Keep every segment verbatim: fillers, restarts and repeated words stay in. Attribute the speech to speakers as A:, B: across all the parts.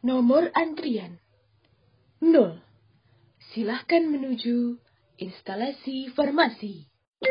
A: Nomor antrian nol. Silahkan menuju instalasi farmasi.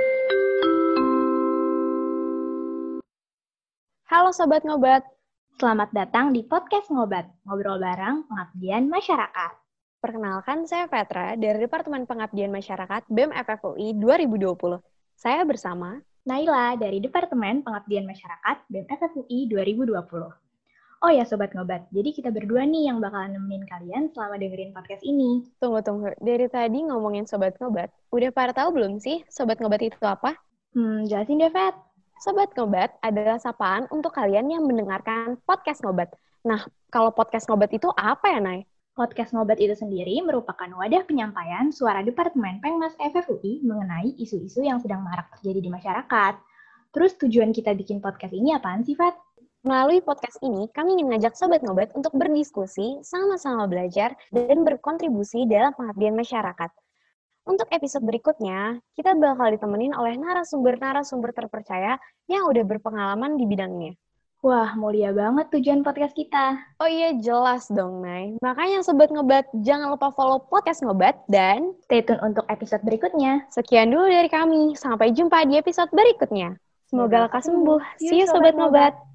B: Halo Sobat Ngobat, selamat datang di Podcast Ngobat, ngobrol bareng pengabdian masyarakat. Perkenalkan, saya Petra dari Departemen Pengabdian Masyarakat B E M F F U I dua ribu dua puluh. Saya bersama
C: Naila dari Departemen Pengabdian Masyarakat B E M F F U I dua ribu dua puluh. Oh ya Sobat Ngobat, jadi kita berdua nih yang bakalan nemenin kalian selama dengerin podcast ini.
B: Tunggu-tunggu, dari tadi ngomongin Sobat Ngobat, udah pada tahu belum sih Sobat Ngobat itu apa?
C: Hmm, jelasin deh, Fet.
B: Sobat Ngobat adalah sapaan untuk kalian yang mendengarkan podcast Ngobat. Nah, kalau podcast Ngobat itu apa ya, Nay?
C: Podcast Ngobat itu sendiri merupakan wadah penyampaian suara Departemen Pengmas F F U I mengenai isu-isu yang sedang marak terjadi di masyarakat. Terus tujuan kita bikin podcast ini apaan sih, Fet?
B: Melalui podcast ini, kami ingin ngajak Sobat Ngobat untuk berdiskusi, sama-sama belajar, dan berkontribusi dalam pengabdian masyarakat. Untuk episode berikutnya, kita bakal ditemenin oleh narasumber-narasumber terpercaya yang udah berpengalaman di bidangnya.
C: Wah, mulia banget tujuan podcast kita.
B: Oh iya, jelas dong, Nay. Makanya Sobat Ngobat, jangan lupa follow podcast Ngobat dan
C: stay tune untuk episode berikutnya.
B: Sekian dulu dari kami. Sampai jumpa di episode berikutnya. Semoga lekas sembuh. See you Sobat Ngobat.